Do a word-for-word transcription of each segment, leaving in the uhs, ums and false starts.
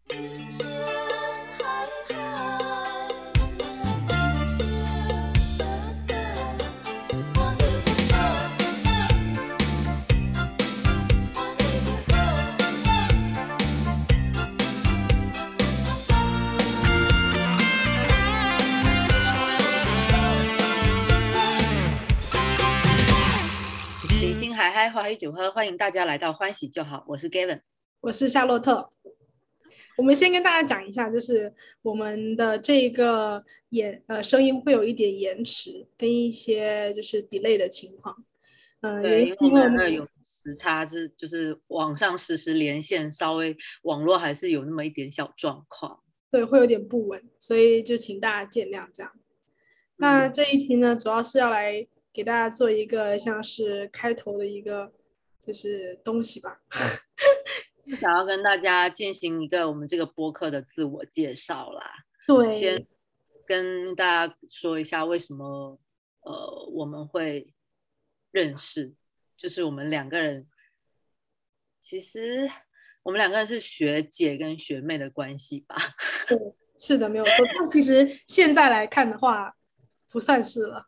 人生海海，人生的的，我的我零星海嗨，花黑酒喝，欢迎大家来到欢喜就好，我是 Gavin。 我是夏洛特。我们先跟大家讲一下，就是我们的这个延呃声音会有一点延迟，跟一些就是 delay 的情况。嗯、呃，原对， 因因为我们是因为我们两个有时差，是就是网上实时连线，稍微网络还是有那么一点小状况。 对会有点不稳，所以就请大家见谅这样。那嗯， 这一期呢，主要是要来给大家做一个像是开头的一个就是东西吧。 是想要跟大家进行一个我们这个播客的自我介绍啦。先对， 跟大家说一下为什么呃我们会认识，就是我们两个人，其实我们两个人是学姐跟学妹的关系吧。 对，是的，没有错。但其实现在来看的话，不算是了。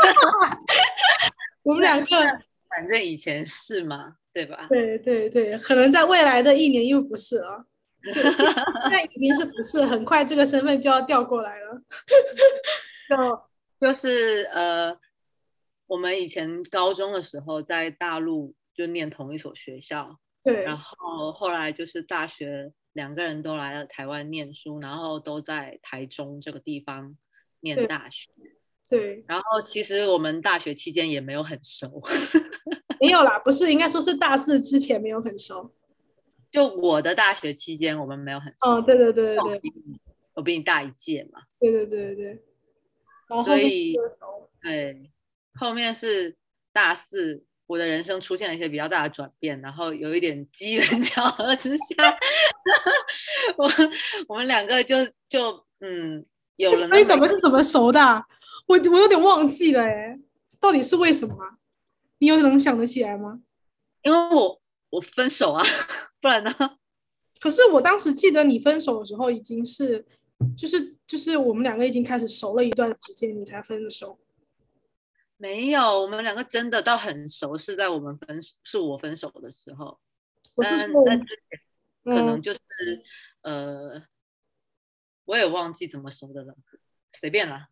我们两个反正以前是嘛，对吧？ 对对对，可能在未来的一年又不是了，就现在已经是不是，很快这个身份就要调过来了。 就就是呃，我们以前高中的时候在大陆就念同一所学校，然对后后来就是大学两个人都来了台湾念书，然后都在台中这个地方念对大学。 对， 然后其实我们大学期间也没有很熟。 没有啦，不是，应该说是大四之前没有很熟。 就我的大学期间我们没有很哦， 熟， 对对对对对我比你我比你大一届嘛， 对对对对，然后后面所以就熟。 对，后面是大四，我的人生出现了一些比较大的转变，然后有一点机缘巧合之下，我我们两个就就嗯有了所以那么一怎么是怎么熟的啊？我我有点忘记了哎，到底是为什么啊？你有能想得起来吗？ 因为我我分手啊，不然呢？ 可是我当时记得你分手的时候已经是，就是就是我们两个已经开始熟了一段时间，你才分的手。 没有，我们两个真的到很熟，是在我们分是我分手的时候， 我是说， 但那可嗯， 能就是呃，我也忘记怎么熟的了，随便啦，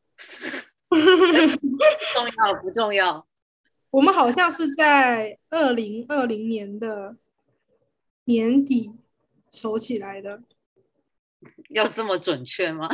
不重要不重要。 我们好像是在二零二零年的年底熟起来的。 要这么准确吗？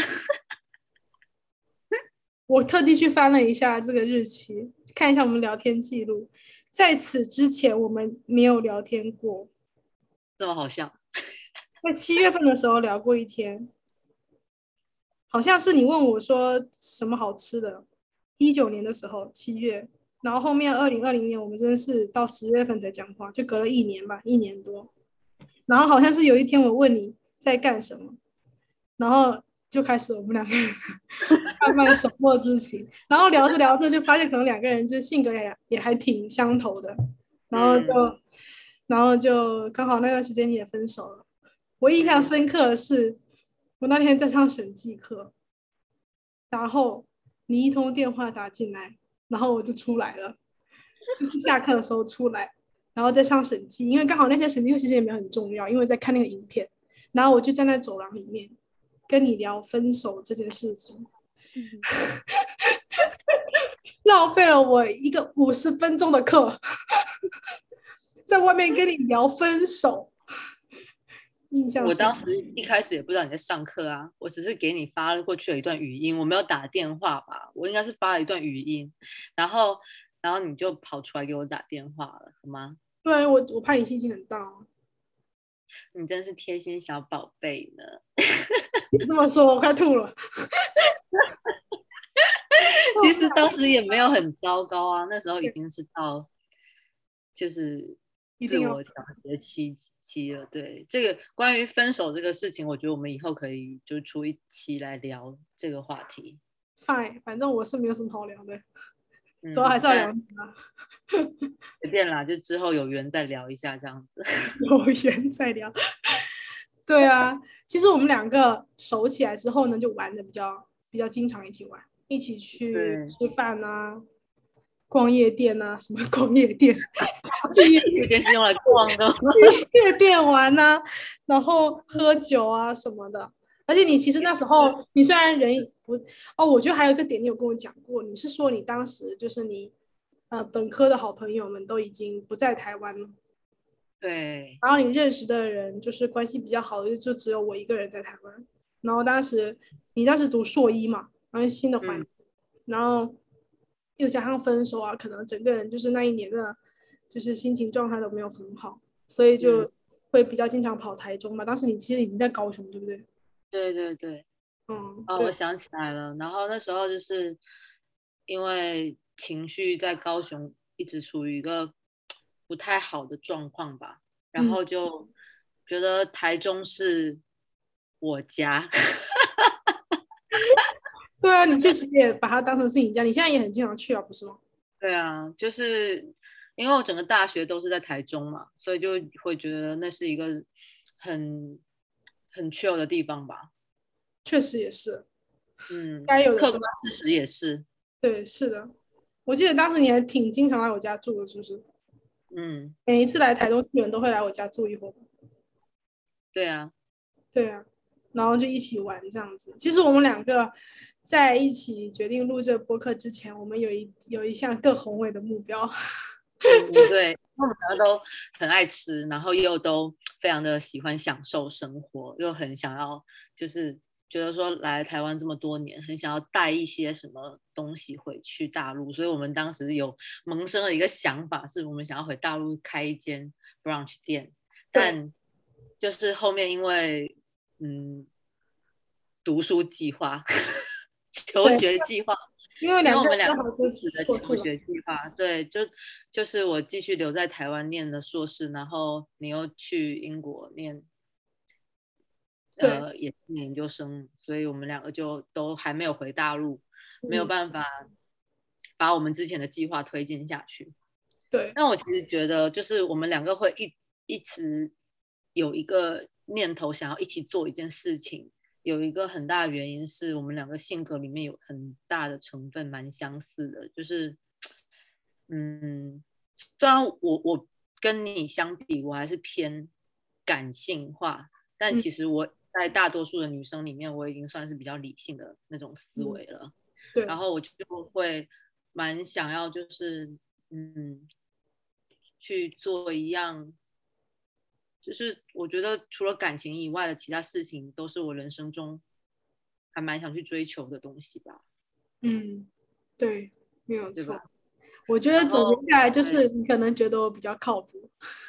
我特地去翻了一下这个日期，看一下我们聊天记录。在此之前，我们没有聊天过。 这么好笑？ 在七月份的时候聊过一天，好像是你问我说什么好吃的，一九年的时候七月，然后后面二零二零年我们真的是到十月份才讲话，就隔了一年吧，一年多。然后好像是有一天我问你在干什么，然后就开始我们两个人慢慢熟络之情，然后聊着聊着就发现可能两个人就性格也也还挺相投的，然后就、 嗯然后就刚好那段时间你也分手了。我印象嗯， 深刻的是，我那天在上审计课，然后你一通电话打进来，然后我就出来了，就是下课的时候出来，然后再上审计，因为刚好那些审计课其实也没有很重要，因为在看那个影片，然后我就站在走廊里面跟你聊分手这件事情，浪费了我一个五十分钟的课，在外面跟你聊分手，印象深刻。 我当时一开始也不知道你在上课啊，我只是给你发了过去了一段语音，我没有打电话吧？我应该是发了一段语音，然后然后你就跑出来给我打电话了，好吗？ 对，我我怕你心情很大哦。 你真是贴心小宝贝呢。 你这么说，我快吐了。 其实当时也没有很糟糕啊，那时候已经是到就是一定要自我调节期期了。对，这个关于分手这个事情，我觉得我们以后可以就出一期来聊这个话题。 fine，反正我是没有什么好聊的， 嗯， 主要还是要聊但你啊。 随便啦，就之后有缘再聊一下这样子。 有缘再聊。 对啊，其实我们两个熟起来之后呢，就玩的比较比较经常一起玩，一起去对， 吃饭啊，逛夜店啊，什么逛夜店，去夜夜店是用来逛的。 夜店玩啊，然后喝酒啊什么的。而且你其实那时候，你虽然人不哦，我觉得还有一个点，你有跟我讲过，你是说你当时就是你呃本科的好朋友们都已经不在台湾了， 对， 然后你认识的人就是关系比较好的，就只有我一个人在台湾。然后当时你当时读硕一嘛，然后新的环境， 嗯， 然后又加上分手啊，可能整个人就是那一年的，就是心情状态都没有很好，所以嗯， 就会比较经常跑台中嘛。当时你其实已经在高雄，对不对？ 对对对。 嗯， 哦，我对想起来了，然后那时候就是因为情绪在高雄一直处于一个不太好的状况吧，然嗯， 后就觉得台中是我家。 对啊，你确实也把它当成是你家，你现在也很经常去啊，不是吗？ 对啊，就是因为我整个大学都是在台中嘛，所以就会觉得那是一个很很 chill 的地方吧。 确实也是， 嗯， 该有的都客观事实也是。 对，是的。我记得当时你还挺经常来我家住的，是不是？ 嗯， 每一次来台中，基本都会来我家住一会儿。 对啊。 对啊，然后就一起玩这样子。其实我们两个在一起决定录这播客之前，我们有一有一项更宏伟的目标。 嗯，对，我们两个都很爱吃，然后又都非常的喜欢享受生活，又很想要，就是觉得说来台湾这么多年，很想要带一些什么东西回去大陆，所以我们当时有萌生了一个想法，是我们想要回大陆开一间 brunch 店， 对但就是后面因为嗯读书计划、求对， 学计划。 因为两个人因为我们两个正好是彼此的硕士嘛。 求学计划，对，就就是我继续留在台湾念的硕士，然后你又去英国念， 对， 呃，也是念研究生，所以我们两个就都还没有回大陆，没有嗯， 办法把我们之前的计划推进下去。 对， 但我其实觉得，就是我们两个会一一直有一个念头，想要一起做一件事情，有一个很大的原因是我们两个性格里面有很大的成分蛮相似的，就是嗯，虽然我我跟你相比，我还是偏感性化，但嗯其实我在大多数的女生里面，我已经算是比较理性的那种思嗯， 维了。然对后我就会蛮想要，就是嗯，去做一样，就是我觉得除了感情以外的其他事情，都是我人生中还蛮想去追求的东西吧， 嗯对，没有对吧？ 错。我觉得然后总结下来就对， 是，你可能觉得我比较靠谱，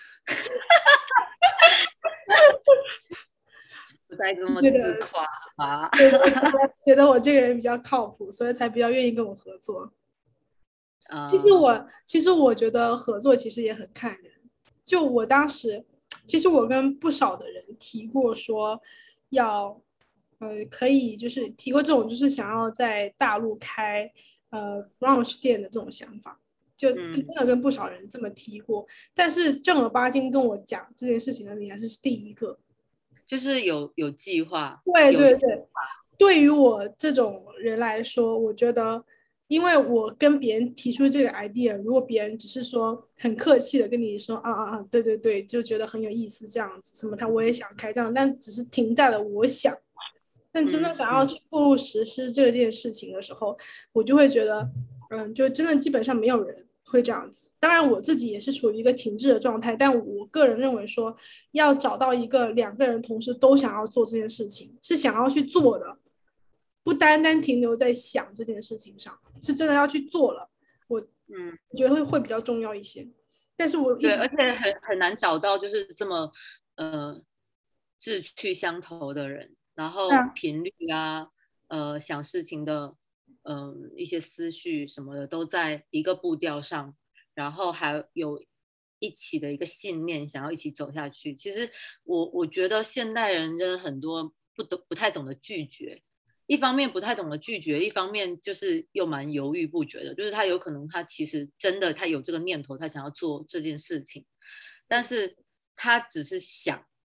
不再这么觉得自夸了吧？ 对，我觉得觉得我这个人比较靠谱，所以才比较愿意跟我合作。其实嗯我其实我觉得合作其实也很看人。就我当时，其实我跟不少的人提过说要，呃，可以就是提过这种就是想要在大陆开呃 brunch 店的这种想法，就跟真嗯， 的跟不少人这么提过。但是正儿八经跟我讲这件事情的你还是第一个。 就是有有计划， 对有对对，对于我这种人来说，我觉得，因为我跟别人提出这个 idea，如果别人只是说很客气的跟你说啊啊啊，对对对，就觉得很有意思这样子，什么他我也想开这样，但只是停在了我想，但真的嗯嗯， 想要去步入实施这件事情的时候，我就会觉得，嗯，就真的基本上没有人会这样子。当然，我自己也是处于一个停滞的状态，但我个人认为说，要找到一个两个人同时都想要做这件事情，是想要去做的，不单单停留在想这件事情上，是真的要去做了。我嗯， 觉得会会比较重要一些。但是我一对， 直而且很很难找到就是这么呃志趣相投的人，然后啊， 频率啊，呃想事情的呃一些思绪什么的都在一个步调上，然后还有一起的一个信念，想要一起走下去。其实我我觉得现代人真的很多不懂不太懂得拒绝，一方面不太懂得拒绝，一方面就是又蛮犹豫不决的，就是他有可能他其实真的他有这个念头，他想要做这件事情，但是他只是想，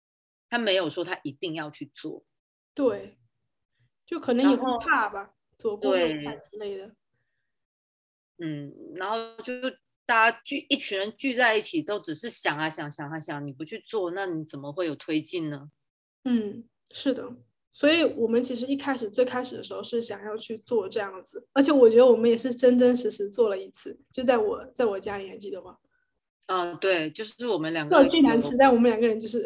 他没有说他一定要去做。 对，就可能也会然后怕吧，走过路对， 之类的。 嗯，然后就大家聚一群人聚在一起，都只是想啊想想啊想，你不去做，那你怎么会有推进呢？ 嗯，是的，所以我们其实一开始最开始的时候是想要去做这样子，而且我觉得我们也是真真实实做了一次，就在我在我家里，还记得吗？ 嗯、对，就是我们两做的个有， 巨难吃，但我们两个人就是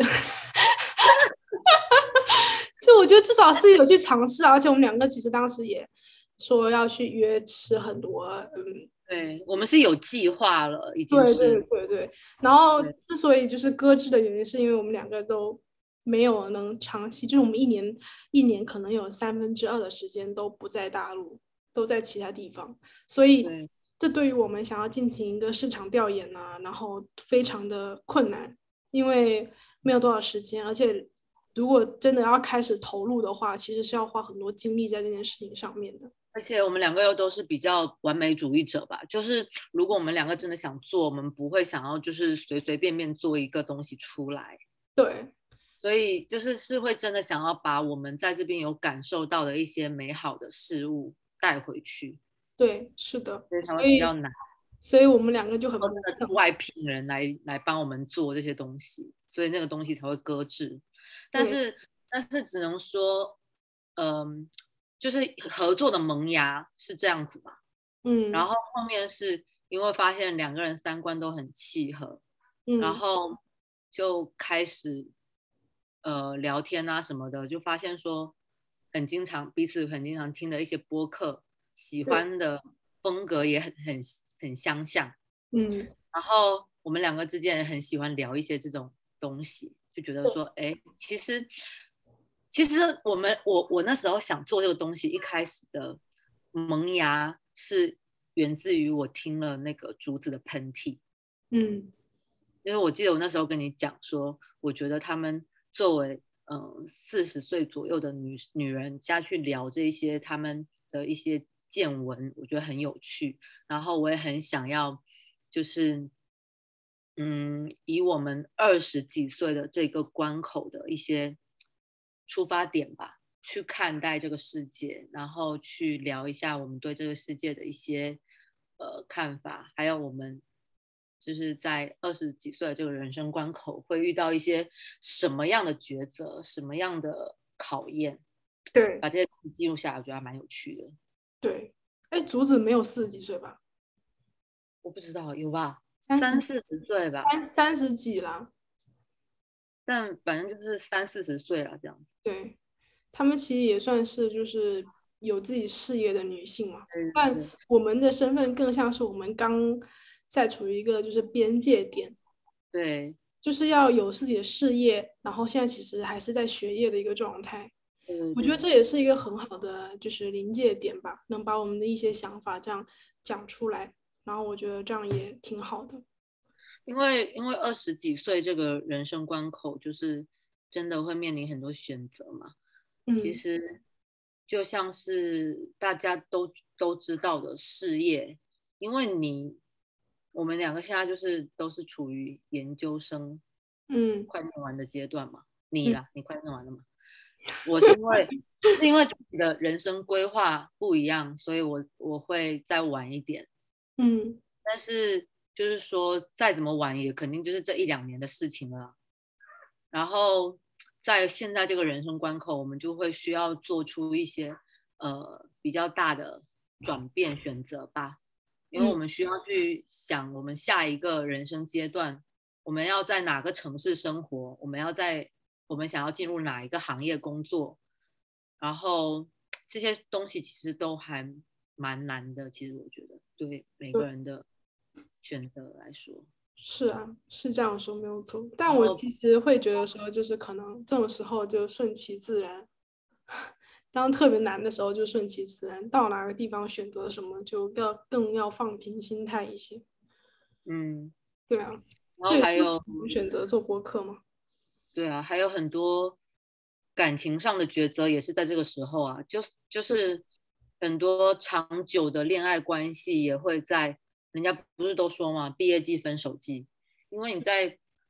就我觉得至少是有去尝试啊，而且我们两个其实当时也说要去约吃很多，嗯， 对，我们是有计划了，已经对对是， 对对。然后对之所以就是搁置的原因，是因为我们两个都没有能长期，就是我们一年一年可能有三分之二的时间都不在大陆，都在其他地方，所以对。 这对于我们想要进行一个市场调研呢，然后非常的困难，因为没有多少时间，而且如果真的要开始投入的话，其实是要花很多精力在这件事情上面的。 而且我们两个又都是比较完美主义者吧，就是如果我们两个真的想做，我们不会想要就是随随便便做一个东西出来， 对所以就是是会真的想要把我们在这边有感受到的一些美好的事物带回去， 对，是的， 所以才会所以比较难。 所以我们两个就很然后真的磨蹭。 是外聘人来来帮我们做这些东西，所以那个东西才会搁置。但对， 是但是只能说，嗯，就是合作的萌芽是这样子嘛。然嗯后后面是因为发现两个人三观都很契合，然嗯， 后就开始呃聊天啊什么的，就发现说很经常彼此很经常听的一些播客，喜对， 欢的风格也很很很相像， 嗯然后我们两个之间也很喜欢聊一些这种东西，就觉得对， 说，哎，其实其实我们我我那时候想做这个东西，一开始的萌芽是源自于我听了那个竹子的喷嚏， 嗯因为我记得我那时候跟你讲说，我觉得他们作为嗯四十岁左右的女女人下去聊这些他们的一些见闻，我觉得很有趣，然后我也很想要就是嗯以我们二十几岁的这个关口的一些出发点吧，去看待这个世界，然后去聊一下我们对这个世界的一些呃看法，还有我们就是在二十几岁的这个人生关口会遇到一些什么样的抉择，什么样的考验， 对把这些东西记录下来，我觉得还蛮有趣的。 对。哎，竹子没有四十几岁吧？ 我不知道有吧， 三十三四十岁吧， 三三十几了。 但反正就是三四十岁了这样。 对，她们其实也算是就是有自己事业的女性嘛。但对对我们的身份更像是我们刚在处于一个就是边界点， 对就是要有自己的事业，然后现在其实还是在学业的一个状态。 对对对， 我觉得这也是一个很好的就是临界点吧，能把我们的一些想法这样讲出来，然后我觉得这样也挺好的。 因为因为二十几岁这个人生关口，就是真的会面临很多选择嘛。其嗯实就像是大家都都知道的事业，因为你我们两个现在就是都是处于研究生嗯快念完的阶段嘛。你嗯啦，你快念完了吗？我是因为是因为自己的人生规划不一样，所以我我会再晚一点。 嗯， 但是就是说，再怎么晚也肯定就是这一两年的事情了。然后在现在这个人生关口，我们就会需要做出一些呃比较大的转变选择吧，因为我嗯们需要去想我们下一个人生阶段，我们要在哪个城市生活，我们要在我们想要进入哪一个行业工作，然后这些东西其实都还蛮难的。其实我觉得对每个对， 人的选择来说， 是啊，是这样说没有错。但然后我其实会觉得说，就是可能这种时候就顺其自然，当特别难的时候就顺其自然，到哪个地方选择什么就要更要放平心态一些。 嗯， 对啊， 然这也是后还有我们选择做播客嘛。 对啊，还有很多感情上的抉择也是在这个时候啊，就就对， 是很多长久的恋爱关系也会在，人家不是都说嘛，毕业季分手季，因为你在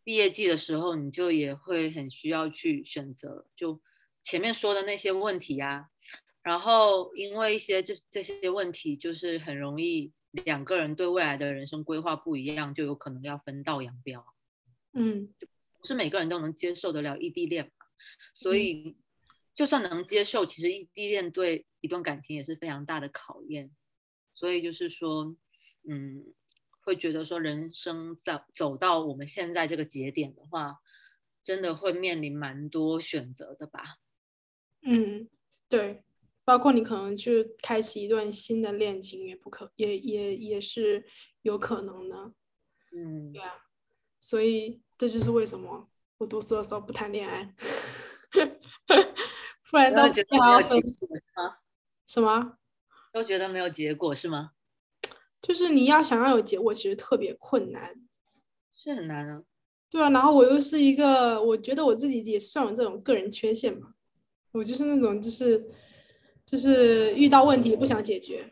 毕业季的时候，你就也会很需要去选择，就前面说的那些问题呀、然后因为一些这这些问题，就是很容易两个人对未来的人生规划不一样，就有可能要分道扬镳。 嗯不是每个人都能接受得了异地恋嘛，所嗯以就算能接受，其实异地恋对一段感情也是非常大的考验。所以就是说，嗯，会觉得说人生在走到我们现在这个节点的话，真的会面临蛮多选择的吧。 嗯，对，包括你可能去开启一段新的恋情，也不可也也也是有可能的。 嗯， 对啊，所以这就是为什么我读书的时候不谈恋爱，不然到毕都会觉得业还要分没有结果是吗？ 什么？ 都觉得没有结果是吗？ 就是你要想要有结果，其实特别困难。 是很难啊。 对啊，然后我又是一个，我觉得我自己也算有这种个人缺陷吧。我就是那种就是就是遇到问题不想解决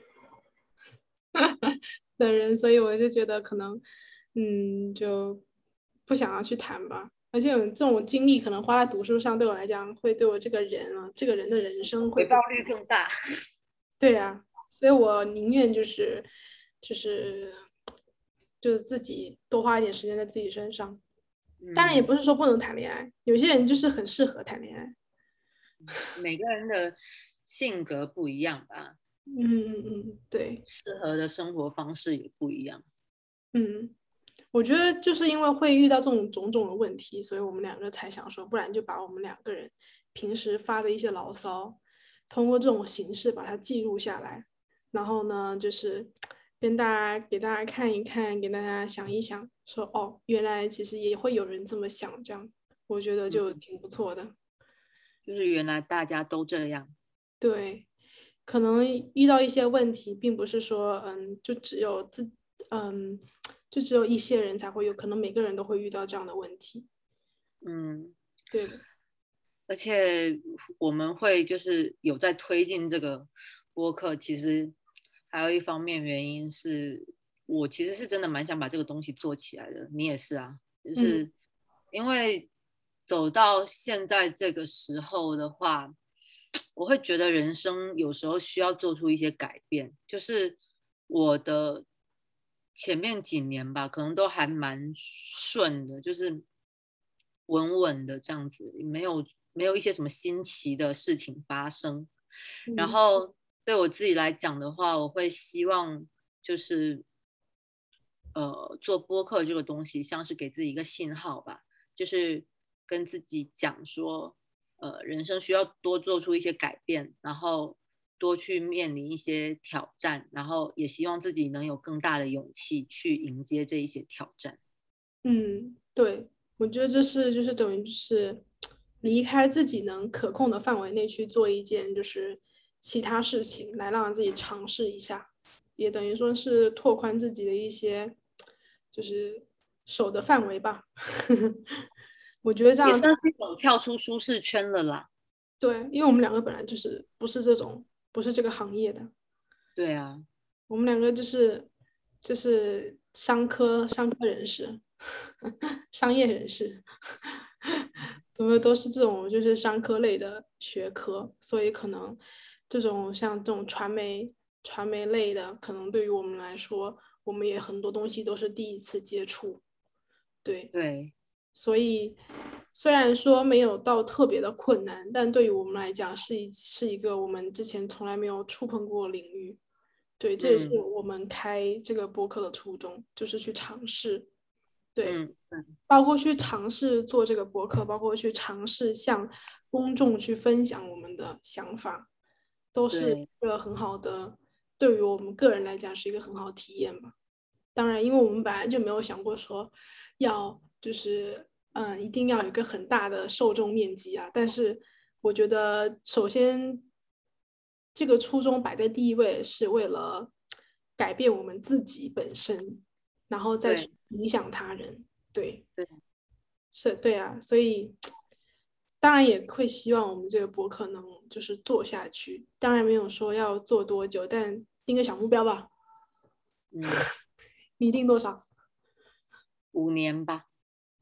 的人，所以我就觉得可能嗯就不想要去谈吧。而且有这种精力可能花在读书上，对我来讲会对我这个人啊这个人的人生会更回报率更大。 对啊，所以我宁愿就是就是就是自己多花一点时间在自己身上。当然也嗯， 不是说不能谈恋爱，有些人就是很适合谈恋爱。 每个人的性格不一样吧， 嗯嗯嗯，对， 适合的生活方式也不一样。 嗯，我觉得就是因为会遇到这种种种的问题，所以我们两个才想说，不然就把我们两个人平时发的一些牢骚，通过这种形式把它记录下来，然后呢，就是跟大家给大家看一看，给大家想一想，说哦，原来其实也会有人这么想，这样我觉得就嗯， 挺不错的。 就是原来大家都这样。 对，可能遇到一些问题，并不是说，嗯，就只有自，嗯，就只有一些人才会有，可能每个人都会遇到这样的问题。 嗯， 对的， 而且我们会就是有在推进这个播客，其实还有一方面原因是我其实是真的蛮想把这个东西做起来的，你也是啊，就嗯是因为走到现在这个时候的话，我会觉得人生有时候需要做出一些改变，就是我的前面几年吧，可能都还蛮顺的，就是稳稳的这样子，没有没有一些什么新奇的事情发生。然嗯后对我自己来讲的话，我会希望就是呃做播客这个东西，像是给自己一个信号吧，就是跟自己讲说，呃，人生需要多做出一些改变，然后多去面临一些挑战，然后也希望自己能有更大的勇气去迎接这一些挑战。 嗯，对，我觉得这是就是等于就是离开自己能可控的范围内去做一件就是其他事情，来让自己尝试一下，也等于说是拓宽自己的一些就是手的范围吧。我觉得这样也算是一种跳出舒适圈了啦。 对，因为我们两个本来就是不是这种不是这个行业的， 对啊， 我们两个就是就是商科商科人士，商业人士，我们都是这种就是商科类的学科，所以可能这种像这种传媒传媒类的，可能对于我们来说，我们也很多东西都是第一次接触，对。 对所以虽然说没有到特别的困难，但对于我们来讲是一是一个我们之前从来没有触碰过的领域。对，这也是嗯我们开这个播客的初衷，就是去尝试。对， 嗯嗯， 包括去尝试做这个播客，包括去尝试向公众去分享我们的想法，都是对一个很好的，对于我们个人来讲是一个很好的体验吧。当然，因为我们本来就没有想过说要就是嗯，一定要有一个很大的受众面积啊。但是我觉得，首先这个初衷摆在第一位，是为了改变我们自己本身，然后再去对影响他人。对， 对， 是，对啊，所以当然也会希望我们这个博客能就是做下去。当然没有说要做多久，但定个小目标吧。 嗯， 你定多少？ 五年吧。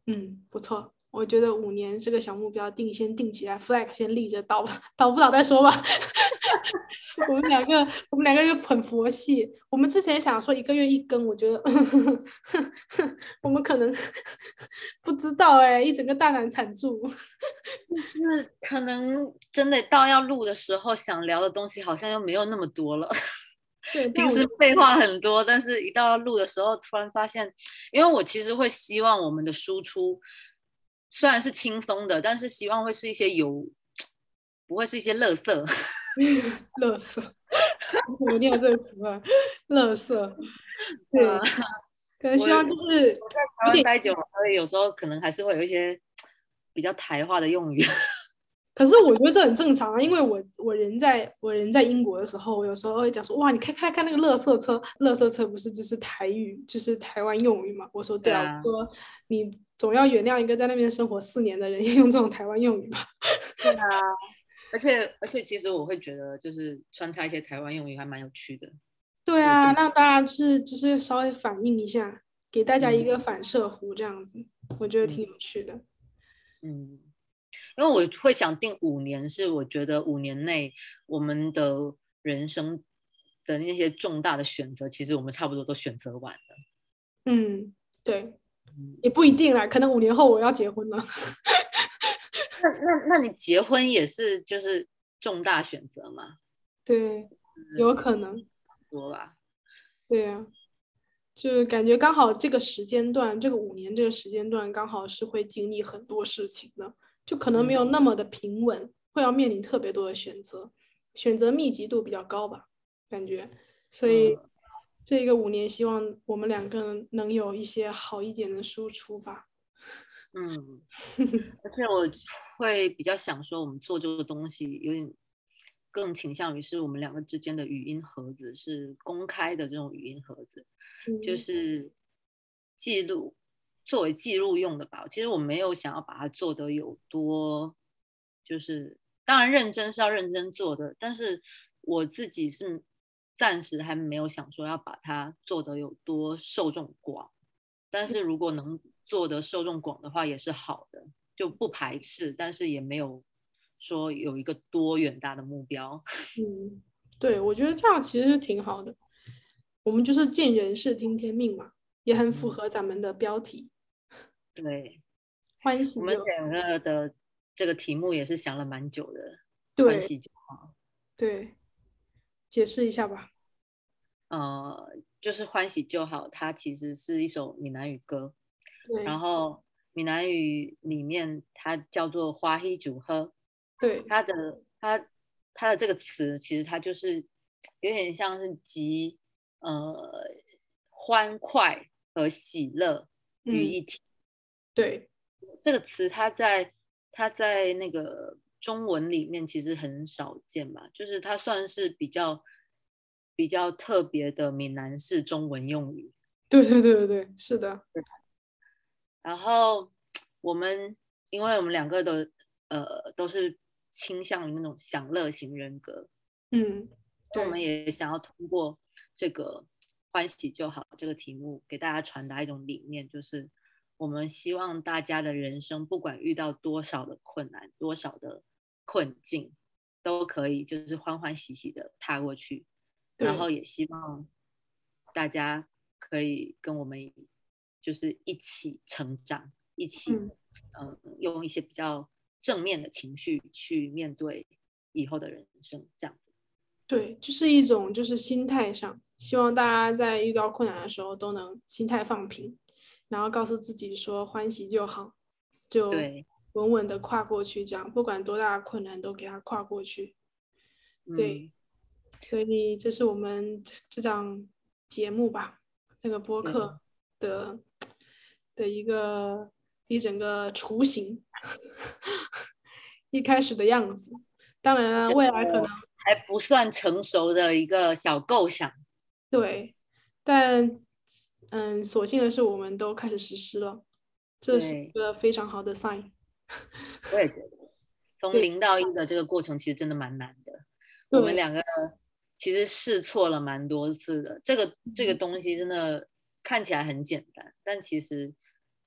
嗯，不错，我觉得五年这个小目标定先定起来，flag 先立着，倒不倒不倒再说吧。我们两个，我们两个就很佛系。我们之前想说一个月一更，我觉得我们可能不知道哎、一整个大难产注。 就是可能真的到要录的时候，想聊的东西好像又没有那么多了。 对，但平我时废话很多，但是一到要录的时候，突然发现，因为我其实会希望我们的输出虽然是轻松的，但是希望会是一些有，不会是一些垃圾。 垃圾，我没听到这个词啊，垃圾。对， 呃， 可能我希望就是我在台有点。 湾待久了，所以有时候可能还是会有一些比较台话的用语。 可是我觉得这很正常啊，因为我我人在我人在英国的时候，我有时候会讲说，哇，你看看看那个垃圾车，垃圾车不是就是台语，就是台湾用语嘛？我说对啊，我对啊， 说你总要原谅一个在那边生活四年的人用这种台湾用语吧。 对啊，而且而且，其实我会觉得，就是穿插一些台湾用语还蛮有趣的。 对啊， 就这么， 让大家就是就是稍微反应一下，给大家一嗯个反射弧，这样子，我觉得挺嗯有趣的。 嗯，因为我会想定五年，是我觉得五年内我们的人生的那些重大的选择，其实我们差不多都选择完了。 嗯，对， 嗯， 也不一定啦，可能五年后我要结婚了。 那那那你结婚也是就是重大选择吗？ 对， 就是有可能。 多吧。 对啊。就感觉刚好这个时间段，这个五年这个时间段刚好是会经历很多事情的，就可能没有嗯那么的平稳，会要面临特别多的选择，选择密集度比较高吧，感觉。所以嗯这个五年，希望我们两个能有一些好一点的输出吧。 嗯，而且我会比较想说，我们做这个东西有点更倾向于是我们两个之间的语音盒子是公开的这种语音盒子，就嗯是记录作为记录用的吧。其实我没有想要把它做得有多，就是当然认真是要认真做的，但是我自己是暂时还没有想说要把它做得有多受众广。但是如果能做的受众广的话，也是好的，就不排斥，但是也没有说有一个多远大的目标。 嗯，对，我觉得这样其实挺好的。我们就是见人事听天命嘛，也很符嗯， 合咱们的标题， 对，我欢喜就们两个的这个题目也是想了蛮久的，欢对喜就好。 对，解释一下吧。 呃，就是欢喜就好，它其实是一首闽南语歌，然对后闽南语里面它叫做花喜酒喝， 对， 它的它它的这个词其实它就是有点像是集呃欢快和喜乐于嗯， 一体。 对这个词它在它在那个中文里面其实很少见吧，就是它算是比较比较特别的闽南式中文用语。 对对对对对，是的， 然后我们因为我们两个的呃都是倾向于那种享乐型人格， 嗯， 我们对也想要通过这个欢喜就好这个题目，给大家传达一种理念，就是我们希望大家的人生，不管遇到多少的困难、多少的困境，都可以就是欢欢喜喜的踏过去。然对， 后也希望大家可以跟我们就是一起成长，一起嗯嗯、呃用一些比较正面的情绪去面对以后的人生，这样。 对，就是一种就是心态上，希望大家在遇到困难的时候都能心态放平，然后告诉自己说欢喜就好，就对， 稳稳的跨过去，这样不管多大的困难都给它跨过去。对， 嗯， 所以这是我们这这档节目吧，这个播对， 客的的一个一整个雏形，一开始的样子。当然了， 这个未来可能还不算成熟的一个小构想。 对，但嗯，所幸的是我们都开始实施了，这是一对， 个非常好的 sign。 我也觉得从对零到一的这个过程其实真的蛮难的。我们对， 两个其实试错了蛮多次的，这个这个东西真的看起来很简单，但其实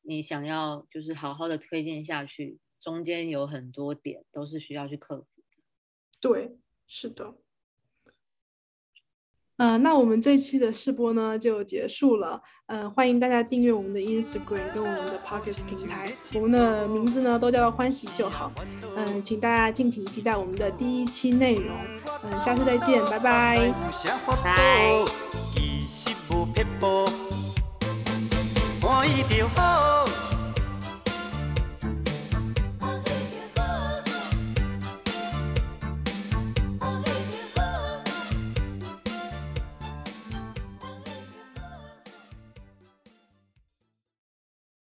你想要就是好好的推荐下去，中间有很多点都是需要去克服的。 对，是的。呃，那我们这期的试播呢就结束了。呃，欢迎大家订阅我们的 Instagram 跟我们的 Podcast 平台，我们的名字呢都叫做欢喜就好。嗯、呃，请大家敬请期待我们的第一期内容。嗯、呃，下次再见，拜拜。 拜。